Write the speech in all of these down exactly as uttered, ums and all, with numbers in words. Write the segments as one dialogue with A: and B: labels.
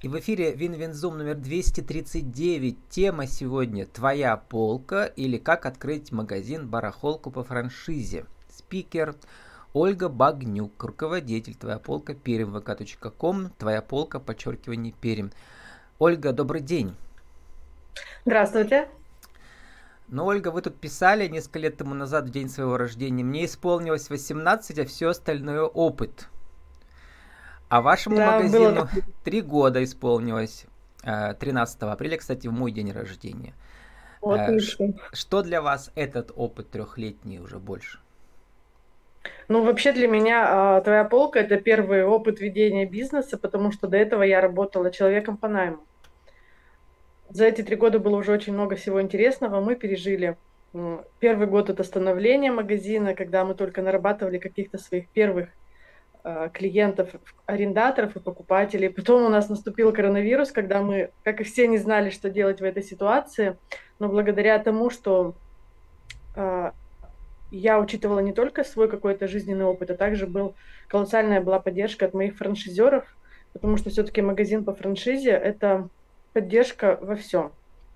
A: И в эфире Винвинзум номер двести тридцать девять. Тема сегодня «Твоя полка» или «Как открыть магазин-барахолку по франшизе». Спикер Ольга Багнюк, руководитель «Твоя полка», Пермь, вэ ка точка ком, «Твоя полка», подчеркивание, Пермь. Ольга, добрый день.
B: Здравствуйте.
A: Ну, Ольга, вы тут писали несколько лет тому назад, в день своего рождения. Мне исполнилось восемнадцать, а все остальное опыт. А вашему
B: Да, было
A: магазину
B: такое.
A: три года исполнилось. э, тринадцатого апреля, кстати, в мой день рождения. Э, ш-
B: Отлично.
A: Что для вас этот опыт трехлетний уже больше?
B: Ну, вообще для меня а, твоя полка — это первый опыт ведения бизнеса, потому что до этого я работала человеком по найму. За эти три года было уже очень много всего интересного. Мы пережили м, первый год — это становление магазина, когда мы только нарабатывали каких-то своих первых а, клиентов, арендаторов и покупателей. Потом у нас наступил коронавирус, когда мы, как и все, не знали, что делать в этой ситуации. Но благодаря тому, что а, я учитывала не только свой какой-то жизненный опыт, а также был, колоссальная была поддержка от моих франшизеров, потому что все-таки магазин по франшизе — это поддержка во всем.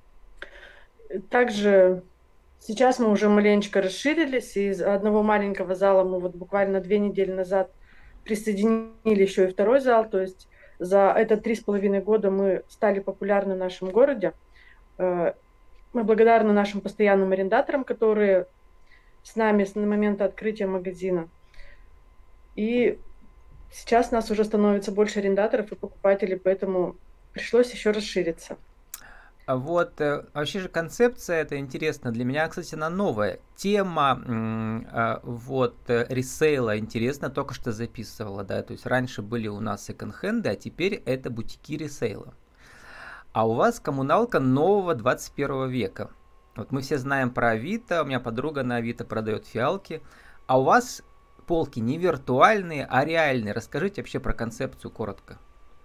B: Также сейчас мы уже маленечко расширились, и из одного маленького зала мы вот буквально две недели назад присоединили еще и второй зал, то есть за это три с половиной года мы стали популярны в нашем городе. Э, Мы благодарны нашим постоянным арендаторам, которые с нами с момента открытия магазина. И сейчас нас уже становится больше арендаторов и покупателей, поэтому пришлось еще расшириться.
A: А вот э, вообще же концепция это интересно. Для меня, кстати, она новая. Тема м, а, вот э, ресейла интересно, только что записывала, да. То есть раньше были у нас секонд-хенды, а теперь это бутики ресейла. А у вас коммуналка нового двадцать первого века. Вот мы все знаем про Авито, у меня подруга на Авито продает фиалки. А у вас полки не виртуальные, а реальные. Расскажите вообще про концепцию коротко.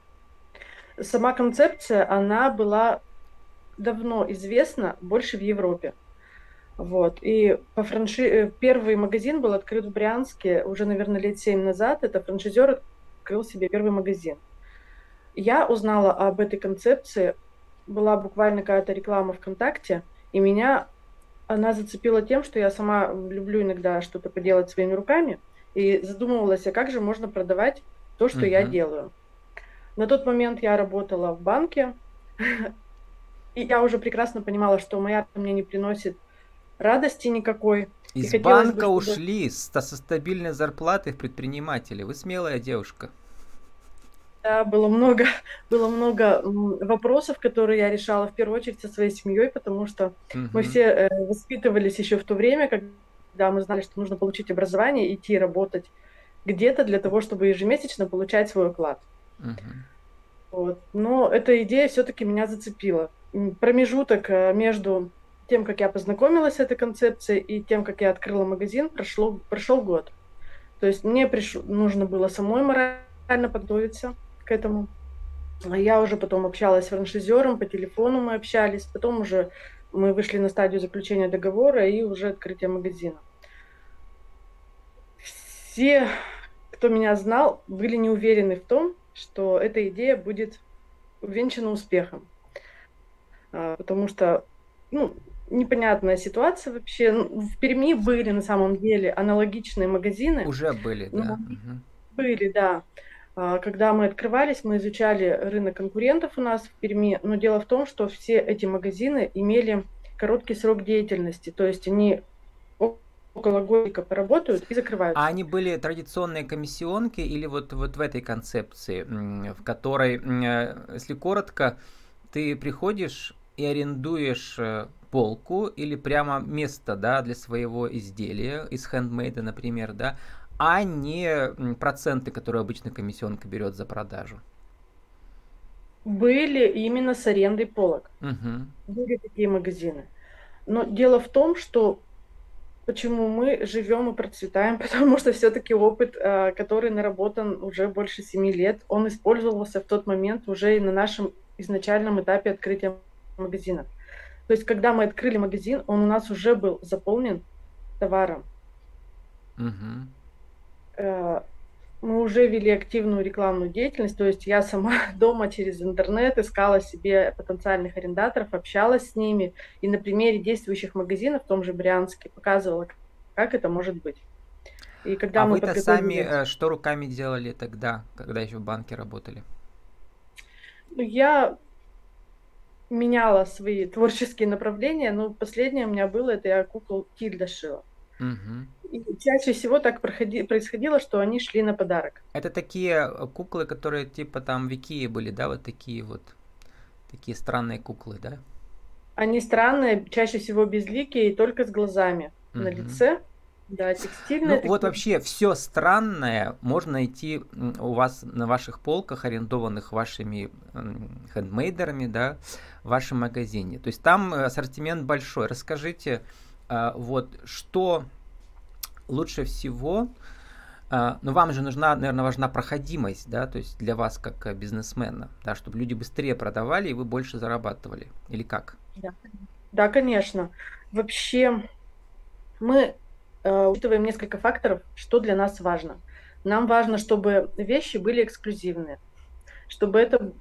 B: Сама концепция, она была давно известна, больше в Европе. Вот. И по франши... э, первый магазин был открыт в Брянске уже, наверное, лет семь назад. Это франшизер открыл себе первый магазин. Я узнала об этой концепции, была буквально какая-то реклама ВКонтакте, и меня она зацепила тем, что я сама люблю иногда что-то поделать своими руками, и задумывалась, а как же можно продавать то, что я
A: Угу.
B: делаю. На тот момент я работала в банке, и я уже прекрасно понимала, что моя работа мне не приносит радости никакой, и
A: Из
B: хотелось бы,
A: банка
B: чтобы
A: ушли со стабильной зарплатой в предприниматели. Вы смелая девушка.
B: да, было много, было много м, вопросов, которые я решала в первую очередь со своей семьей, потому что мы
A: Угу.
B: все э, воспитывались еще в то время, когда мы знали, что нужно получить образование, идти работать где-то для того, чтобы ежемесячно получать свой оклад.
A: Угу.
B: Вот. Но эта идея все-таки меня зацепила. М, Промежуток э, между тем, как я познакомилась с этой концепцией, и тем, как я открыла магазин, прошло, прошел год. То есть мне приш... нужно было самой морально подготовиться к этому. А я уже потом общалась с франшизером, по телефону мы общались, потом уже мы вышли на стадию заключения договора и уже открытия магазина. Все, кто меня знал, были не уверены в том, что эта идея будет увенчана успехом. А, потому что, ну, непонятная ситуация вообще. Ну, в Перми были на самом деле аналогичные магазины,
A: Уже были,
B: но
A: да.
B: они
A: Мгм.
B: были, да. А, Когда мы открывались, мы изучали рынок конкурентов у нас в Перми, но дело в том, что все эти магазины имели короткий срок деятельности, то есть они о- около годика поработают и
A: А
B: закрываются.
A: они были традиционные комиссионки или вот, вот в этой концепции, м, в которой, м, э, если коротко, ты приходишь и арендуешь э, полку или прямо место, да, для своего изделия из хендмейда, например, да, а не м, проценты, которые обычно комиссионка берет за продажу.
B: Были именно с арендой полок.
A: Мгм.
B: Были такие магазины. Но дело в том, что почему мы живем и процветаем, потому что все-таки опыт, э, который наработан уже больше семи лет, он использовался в тот момент уже и на нашем изначальном этапе открытия магазина. То есть, когда мы открыли магазин, он у нас уже был заполнен товаром.
A: Мгм.
B: Э, Мы уже вели активную рекламную деятельность, то есть я сама дома через интернет искала себе потенциальных арендаторов, общалась с ними и на примере действующих магазинов в том же Брянске показывала, как это может быть. И когда
A: А
B: мы
A: вы-то сами
B: подготовили...
A: э, что руками делали тогда, когда еще в банке работали?
B: Ну, я меняла свои творческие направления, но последнее у меня было, это я кукол Тильда шила.
A: Мгм.
B: И чаще всего так проходи- происходило, что они шли на подарок.
A: Это такие э, куклы, которые типа там в Икее были, да, вот такие вот, такие странные куклы, да?
B: Они странные, чаще всего безликие и только с глазами на
A: Мгм.
B: лице. Да, текстильные
A: Ну вот
B: такие.
A: вообще все странное можно найти м, у вас на ваших полках, арендованных вашими м, хендмейдерами, да, в вашем магазине. То есть там э, ассортимент большой. Расскажите, а, вот что лучше всего. А, но вам же нужна, наверное, важна проходимость, да, то есть для вас как э, бизнесмена, да, чтобы люди быстрее продавали и вы больше зарабатывали. Или как?
B: Да, да, конечно. Вообще мы э, учитываем несколько факторов, что для нас важно. Нам важно, чтобы вещи были эксклюзивные, чтобы это...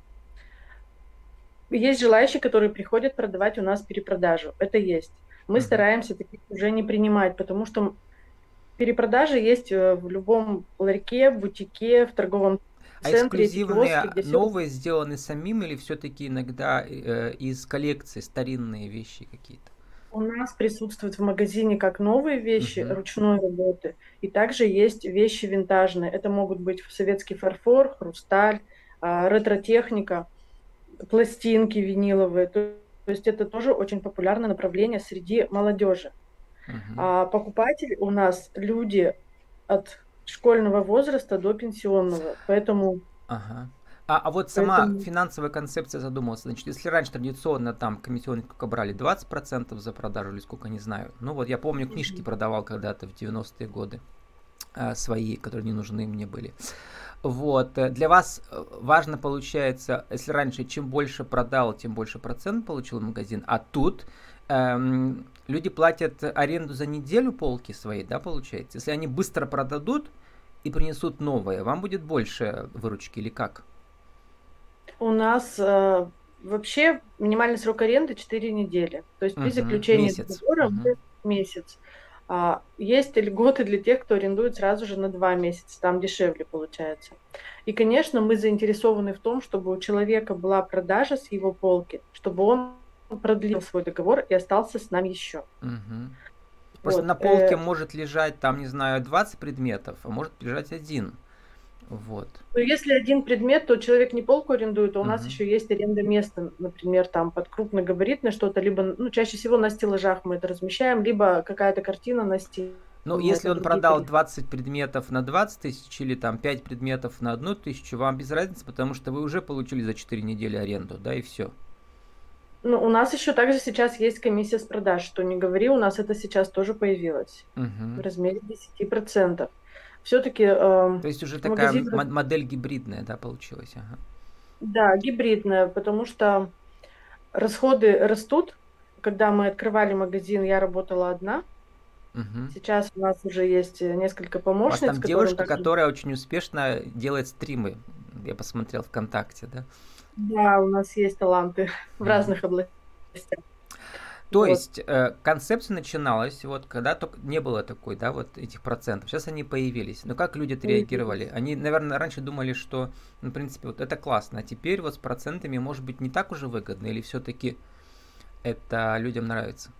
B: Есть желающие, которые приходят продавать у нас перепродажу. Это есть. Мы
A: Мгм.
B: стараемся таких уже не принимать, потому что перепродажи есть э, в любом ларьке, бутике, в торговом
A: А
B: центре, эти киоски,
A: эксклюзивные
B: где все...
A: новые сделаны самим или все-таки иногда э, из коллекции старинные вещи какие-то?
B: У нас присутствуют в магазине как новые вещи
A: Мгм.
B: ручной работы, и также есть вещи винтажные. Это могут быть советский фарфор, хрусталь, а, ретро-техника, пластинки виниловые. То то есть это тоже очень популярное направление среди молодежи.
A: Мгм.
B: А покупатели у нас люди от школьного возраста до пенсионного, поэтому,
A: Ага. А, а вот сама
B: поэтому
A: финансовая концепция задумалась. Значит, если раньше традиционно там комиссионные сколько брали, двадцать процентов за продажу или сколько, не знаю. Ну вот я помню, книжки
B: Мгм.
A: продавал когда-то в девяностые годы, а, свои, которые не нужны мне были. Вот. э, Для вас э, важно получается, если раньше чем больше продал, тем больше процент получил магазин, а тут эм, люди платят аренду за неделю полки своей, да, получается? Если они быстро продадут и принесут новые, вам будет больше выручки или как?
B: у нас э, вообще минимальный срок аренды четыре недели. То есть при
A: Мгм.
B: заключении
A: Месяц.
B: договора
A: Мгм.
B: мы месяц. А, есть льготы для тех, кто арендует сразу же на два месяца, там дешевле получается. И, конечно, мы заинтересованы в том, чтобы у человека была продажа с его полки, чтобы он продлил свой договор и остался с нами еще.
A: Мгм. Просто
B: Вот.
A: на полке
B: э,
A: может лежать там, не знаю, двадцать предметов, а может лежать один. Вот.
B: Но если один предмет, то человек не полку арендует, а у нас
A: Мгм.
B: еще есть аренда места, например, там под крупногабаритное что-то, либо, ну, чаще всего на стеллажах мы это размещаем, либо какая-то картина на стене,
A: Ну, если
B: это
A: он
B: другие
A: продал
B: тарифы.
A: двадцать предметов на двадцать тысяч или там пять предметов на одну тысячу, вам без разницы, потому что вы уже получили за четыре недели аренду, да, и все.
B: Ну, у нас еще также сейчас есть комиссия с продаж, что не говори, у нас это сейчас тоже появилось в
A: Мгм.
B: размере десять процентов. Все-таки
A: То есть уже такая
B: магазин,
A: м- модель гибридная, да, получилась. Ага.
B: да, гибридная, потому что расходы растут. Когда мы открывали магазин, я работала одна.
A: Мгм.
B: Сейчас у нас уже есть э, несколько
A: У вас
B: помощниц,
A: там
B: которым
A: девушка,
B: также...
A: которая очень успешно делает стримы. Я посмотрел ВКонтакте, да.
B: Да, у нас есть таланты в
A: Мгм.
B: разных областях.
A: То
B: Вот.
A: есть э, концепция начиналась, вот когда только не было такой, да, вот этих процентов. Сейчас они появились. Но как люди отреагировали?
B: Появились.
A: Они, наверное, раньше думали, что, ну, в принципе, вот это классно, а теперь вот с процентами может быть не так уже выгодно, или все-таки это людям нравится?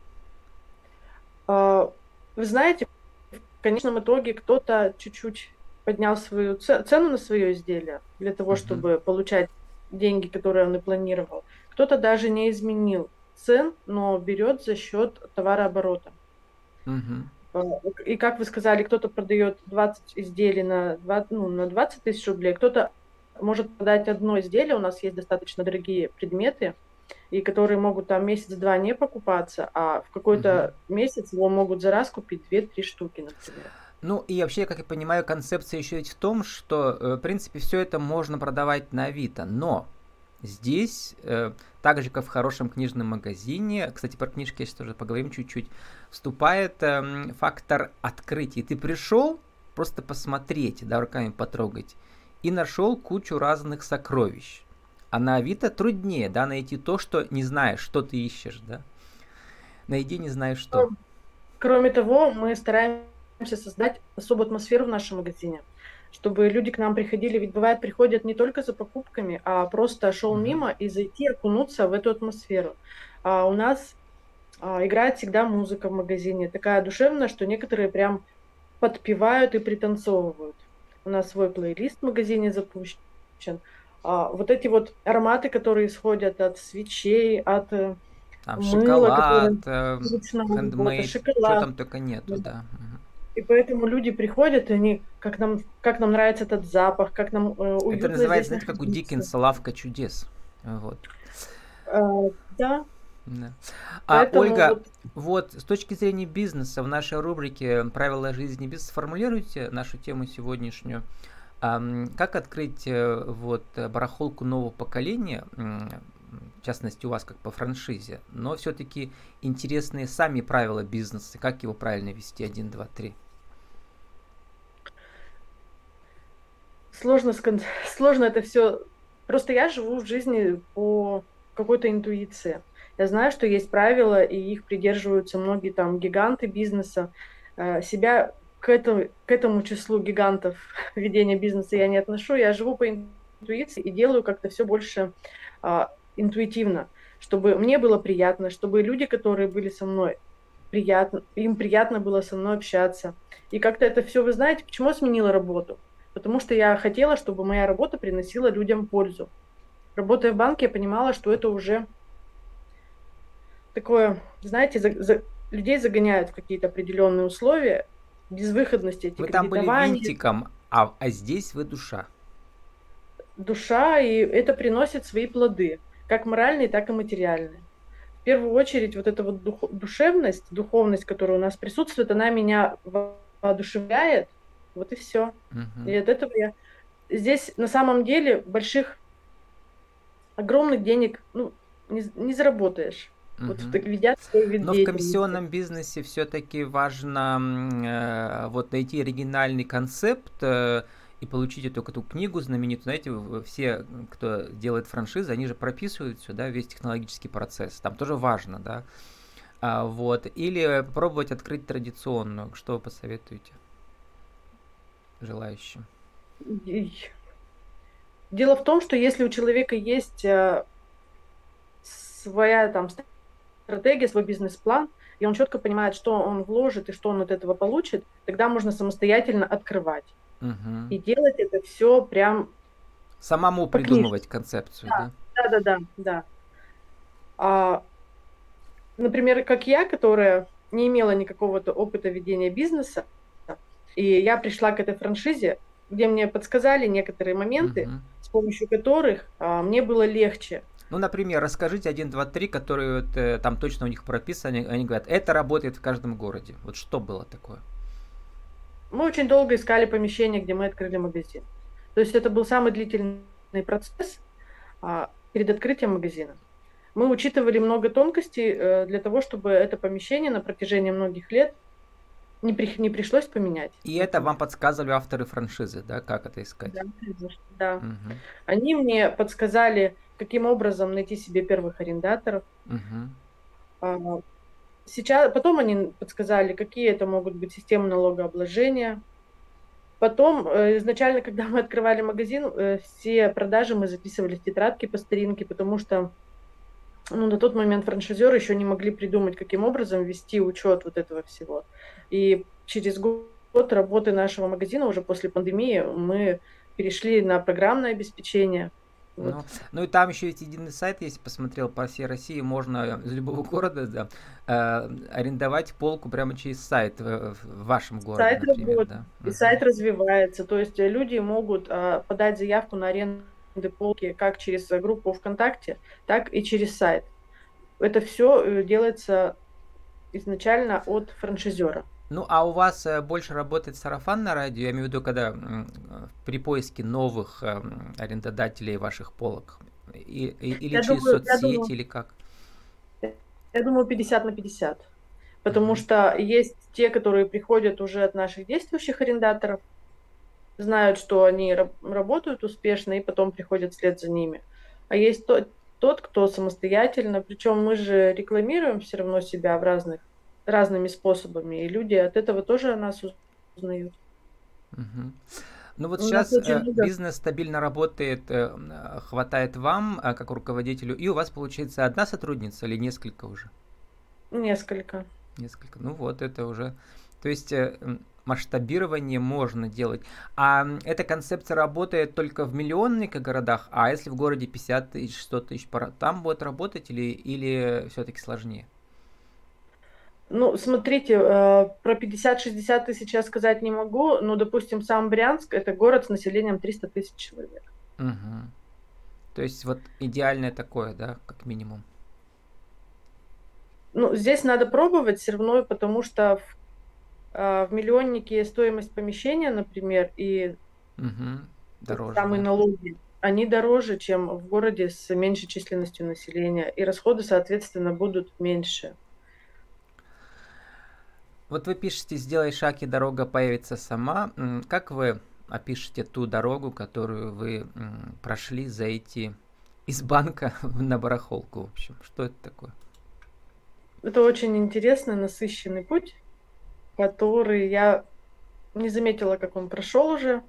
B: А, Вы знаете, в конечном итоге кто-то чуть-чуть поднял свою це- цену на свое изделие для того,
A: Мгм.
B: чтобы получать деньги, которые он и планировал. Кто-то даже не изменил цен, но берет за счет товарооборота.
A: Мгм.
B: А, И как вы сказали, кто-то продает двадцать изделий на, два- ну, на двадцать тысяч рублей, кто-то может продать одно изделие, у нас есть достаточно дорогие предметы, и которые могут там месяц-два не покупаться, а в
A: Мгм.
B: какой-то месяц его могут за раз купить две-три штуки, например.
A: Ну и вообще, как я понимаю, концепция еще ведь в том, что, э, в принципе, все это можно продавать на Авито, но здесь, э, так же, как в хорошем книжном магазине, кстати, про книжки я сейчас тоже поговорим чуть-чуть, вступает эм, фактор открытия. Ты пришел, просто посмотреть, да, руками потрогать. И нашел кучу разных сокровищ. А на Авито труднее, да, найти то, что не знаешь, что ты ищешь, да. Найди, не знаешь что.
B: Кроме того, мы стараемся создать особую атмосферу в нашем магазине, чтобы люди к нам приходили, ведь бывает, приходят не только за покупками, а просто шел
A: Мгм.
B: мимо и зайти, окунуться в эту атмосферу. А у нас а, играет всегда музыка в магазине, такая душевная, что некоторые прям подпевают и пританцовывают. У нас свой плейлист в магазине запущен. А, вот эти вот ароматы, которые исходят от свечей, от э,
A: Там
B: мыла, которое
A: шоколад, э,
B: ручного работы,
A: хендмейд, чего
B: шоколад.
A: там только нету,
B: Да.
A: да. Мгм.
B: И поэтому люди приходят, и они, как нам, как нам нравится этот запах, как нам э,
A: Это
B: уютно
A: называется,
B: здесь
A: знаете, как у
B: находиться.
A: Диккенса «Лавка чудес». Вот.
B: А, да,
A: Да. А,
B: поэтому
A: Ольга,
B: вот
A: вот с точки зрения бизнеса в нашей рубрике «Правила жизни бизнеса» сформулируйте нашу тему сегодняшнюю. Ам, Как открыть э, вот э, барахолку нового поколения, м, в частности у вас как по франшизе, но все-таки интересные сами правила бизнеса, как его правильно вести, один, два, три.
B: сложно, скон- сложно это все. Просто я живу в жизни по какой-то интуиции. Я знаю, что есть правила, и их придерживаются многие там гиганты бизнеса. Э, Себя к этому, к этому числу гигантов ведения бизнеса я не отношу. Я живу по интуиции и делаю как-то все больше а, интуитивно, чтобы мне было приятно, чтобы люди, которые были со мной, приятно, им приятно было со мной общаться. И как-то это все, вы знаете, почему я сменила работу? Потому что я хотела, чтобы моя работа приносила людям пользу. Работая в банке, я понимала, что это уже такое, знаете, за- за- людей загоняют в какие-то определенные условия, безвыходности, эти
A: Вы там были
B: кредитования,
A: винтиком, а, а здесь вы душа.
B: душа, и это приносит свои плоды, как моральные, так и материальные. В первую очередь, вот эта вот дух- душевность, духовность, которая у нас присутствует, она меня во- воодушевляет, вот и все. И
A: Мгм.
B: от этого я... Здесь на самом деле больших, огромных денег, ну, не, не заработаешь, вот
A: Мгм.
B: так, ведя свой вид
A: Но в
B: деятельности.
A: комиссионном бизнесе все-таки важно м, э, вот найти оригинальный концепт э, и получить эту, эту книгу знаменитую. Знаете, в- все, кто делает франшизы, они же прописывают все, да, весь технологический процесс. Там тоже важно, да. А, вот. Или попробовать открыть традиционную. Что вы посоветуете желающим?
B: И дело в том, что если у человека есть э, своя там стратегия, свой бизнес-план, и он четко понимает, что он вложит и что он от этого получит, тогда можно самостоятельно открывать.
A: Мгм.
B: И делать это все прям
A: Самому
B: по книжке.
A: придумывать концепцию,
B: Да,
A: да?
B: да, да, да, да. А, например, как я, которая не имела никакого-то опыта ведения бизнеса, и я пришла к этой франшизе, где мне подсказали некоторые моменты,
A: Мгм.
B: с помощью которых а, мне было легче.
A: Ну, например, расскажите один, два, три, которые вот, э, там точно у них прописаны. Они, они говорят, это работает в каждом городе. Вот что было такое?
B: Мы очень долго искали помещение, где мы открыли магазин. То есть это был самый длительный процесс а, перед открытием магазина. Мы учитывали много тонкостей э, для того, чтобы это помещение на протяжении многих лет не, при, не пришлось поменять,
A: И это вам
B: например.
A: подсказывали авторы франшизы, да, как это
B: Да,
A: искать?
B: конечно. Да.
A: Мгм.
B: Они мне подсказали, каким образом найти себе первых арендаторов.
A: Мгм.
B: А, Сейчас, потом они подсказали, какие это могут быть системы налогообложения. Потом, э, изначально, когда мы открывали магазин, э, все продажи мы записывали в тетрадки по старинке, потому что ну, на тот момент франшизеры еще не могли придумать, каким образом вести учет вот этого всего. И через год работы нашего магазина, уже после пандемии, мы перешли на программное обеспечение.
A: Ну,
B: Вот.
A: ну и там еще есть единый сайт, если посмотрел по всей России, можно из любого города, да, э, арендовать полку прямо через сайт в, в вашем городе,
B: Сайт
A: например,
B: работает,
A: да.
B: и
A: Мгм.
B: сайт развивается. То есть э, люди могут а, подать заявку на аренду полки как через э, группу ВКонтакте, так и через сайт. Это все делается изначально от франшизера.
A: Ну, а у вас э, больше работает сарафанное радио, я имею в виду, когда м, э, при поиске новых эм, арендодателей ваших полок, и, и- или
B: Я
A: через
B: думаю, я
A: соцсети,
B: думаю,
A: или как?
B: я думаю, пятьдесят на пятьдесят. Потому
A: Мгм.
B: что есть те, которые приходят уже от наших действующих арендаторов, знают, что они раб- работают успешно, и потом приходят вслед за ними. А есть тот, тот, кто самостоятельно, причем мы же рекламируем все равно себя в разных, разными способами, и люди от этого тоже о нас узнают.
A: Мгм. Ну вот
B: У нас
A: сейчас
B: очень
A: э,
B: много,
A: бизнес стабильно работает, э, м, э, хватает вам, э, как руководителю, и у вас получается одна сотрудница или несколько уже?
B: несколько.
A: Несколько. Ну вот, это уже... То есть э, м, масштабирование можно делать. А м, эта концепция работает только в миллионных городах, а если в городе пятьдесят тысяч, сто тысяч, пара- там будет работать или, или все-таки сложнее?
B: Ну, смотрите, э, про пятьдесят-шестьдесят тысяч я сказать не могу, но, допустим, сам Брянск– это город с населением триста тысяч человек.
A: Мгм. То есть вот идеальное такое, да, как минимум.
B: Ну, здесь надо пробовать все равно, потому что в, а, в миллионнике стоимость помещения, например, и
A: Мгм.
B: те же
A: Дороже,
B: самые
A: да.
B: налоги, они дороже, чем в городе с меньшей численностью населения, и расходы, соответственно, будут меньше.
A: Вот вы пишете «Сделай шаг, и дорога появится сама». М, Как вы опишете ту дорогу, которую вы м, прошли за эти из банка на барахолку, в общем? Что это такое?
B: Это очень интересный, насыщенный путь, который я не заметила, как он прошел уже,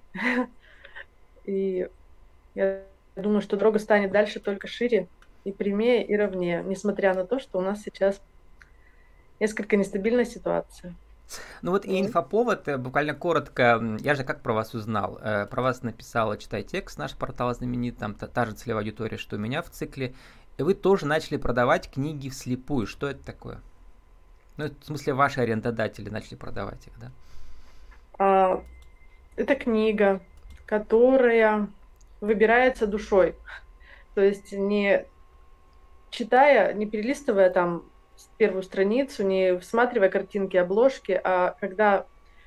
B: и я думаю, что дорога станет дальше только шире и прямее, и ровнее, несмотря на то, что у нас сейчас несколько нестабильная ситуация.
A: Ну вот и
B: Вот.
A: инфоповод, э, буквально коротко, м, я же как про вас узнал? Э, Про вас написала «Читай текст», наш портал знаменит, там та, та же целевая аудитория, что у меня в цикле. И вы тоже начали продавать книги вслепую. Что это такое? Ну, это, в смысле, ваши арендодатели начали продавать их, да?
B: А, это книга, которая выбирается душой. То есть не читая, не перелистывая там с- первую страницу, не всматривая картинки, обложки, а когда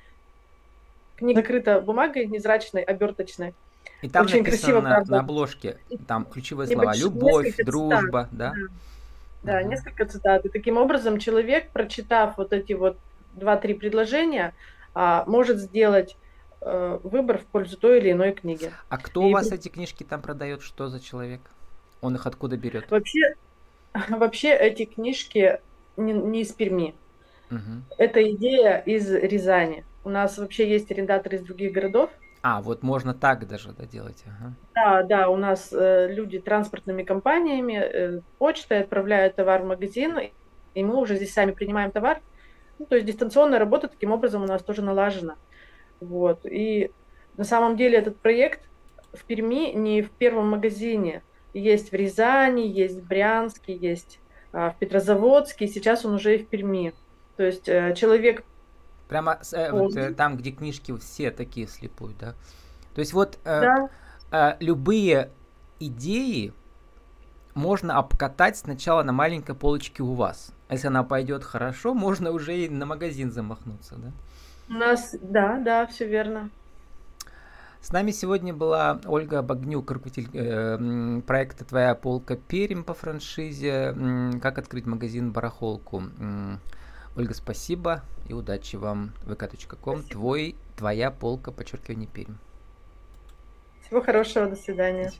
B: книга закрыта бумагой незрачной, оберточной,
A: И там
B: очень красиво,
A: написано
B: правда,
A: на обложке,
B: и
A: там ключевые слова:
B: небольш-
A: любовь,
B: несколько цитат.
A: дружба,
B: Да,
A: да?
B: да,
A: Мгм.
B: несколько цитат. И таким образом человек, прочитав вот эти вот два-три предложения, а, может сделать э, выбор в пользу той или иной книги.
A: А кто у
B: И
A: вас
B: при-
A: эти книжки там продает? Что за человек? Он их откуда берет?
B: вообще, вообще эти книжки не, не из Перми.
A: Мгм.
B: Эта идея из Рязани. У нас вообще есть арендаторы из других городов.
A: А, вот можно так даже, да, делать. Ага.
B: Да, да, у нас э, люди транспортными компаниями, э, почтой отправляют товар в магазин, и мы уже здесь сами принимаем товар. Ну, то есть дистанционная работа таким образом у нас тоже налажена. Вот. И на самом деле этот проект в Перми не в первом магазине. Есть в Рязани, есть в Брянске, есть а, в Петрозаводске, и сейчас он уже и в Перми. То есть э, человек
A: Прямо с- э, вот, э,
B: поздно,
A: там, где книжки все такие вслепую, да? То есть вот э,
B: да,
A: э, любые идеи можно обкатать сначала на маленькой полочке у вас. Если она пойдет хорошо, можно уже и на магазин замахнуться, да?
B: у нас, да, да, все верно.
A: С нами сегодня была Ольга Багнюк, руководитель э, м, проекта «Твоя полка Пермь» по франшизе м, «Как открыть магазин барахолку». М, Ольга, спасибо и удачи вам. вэ ка точка ком,
B: Спасибо.
A: твой, твоя полка, подчеркивание, Пермь.
B: Всего хорошего, до
A: До
B: свидания.
A: свидания.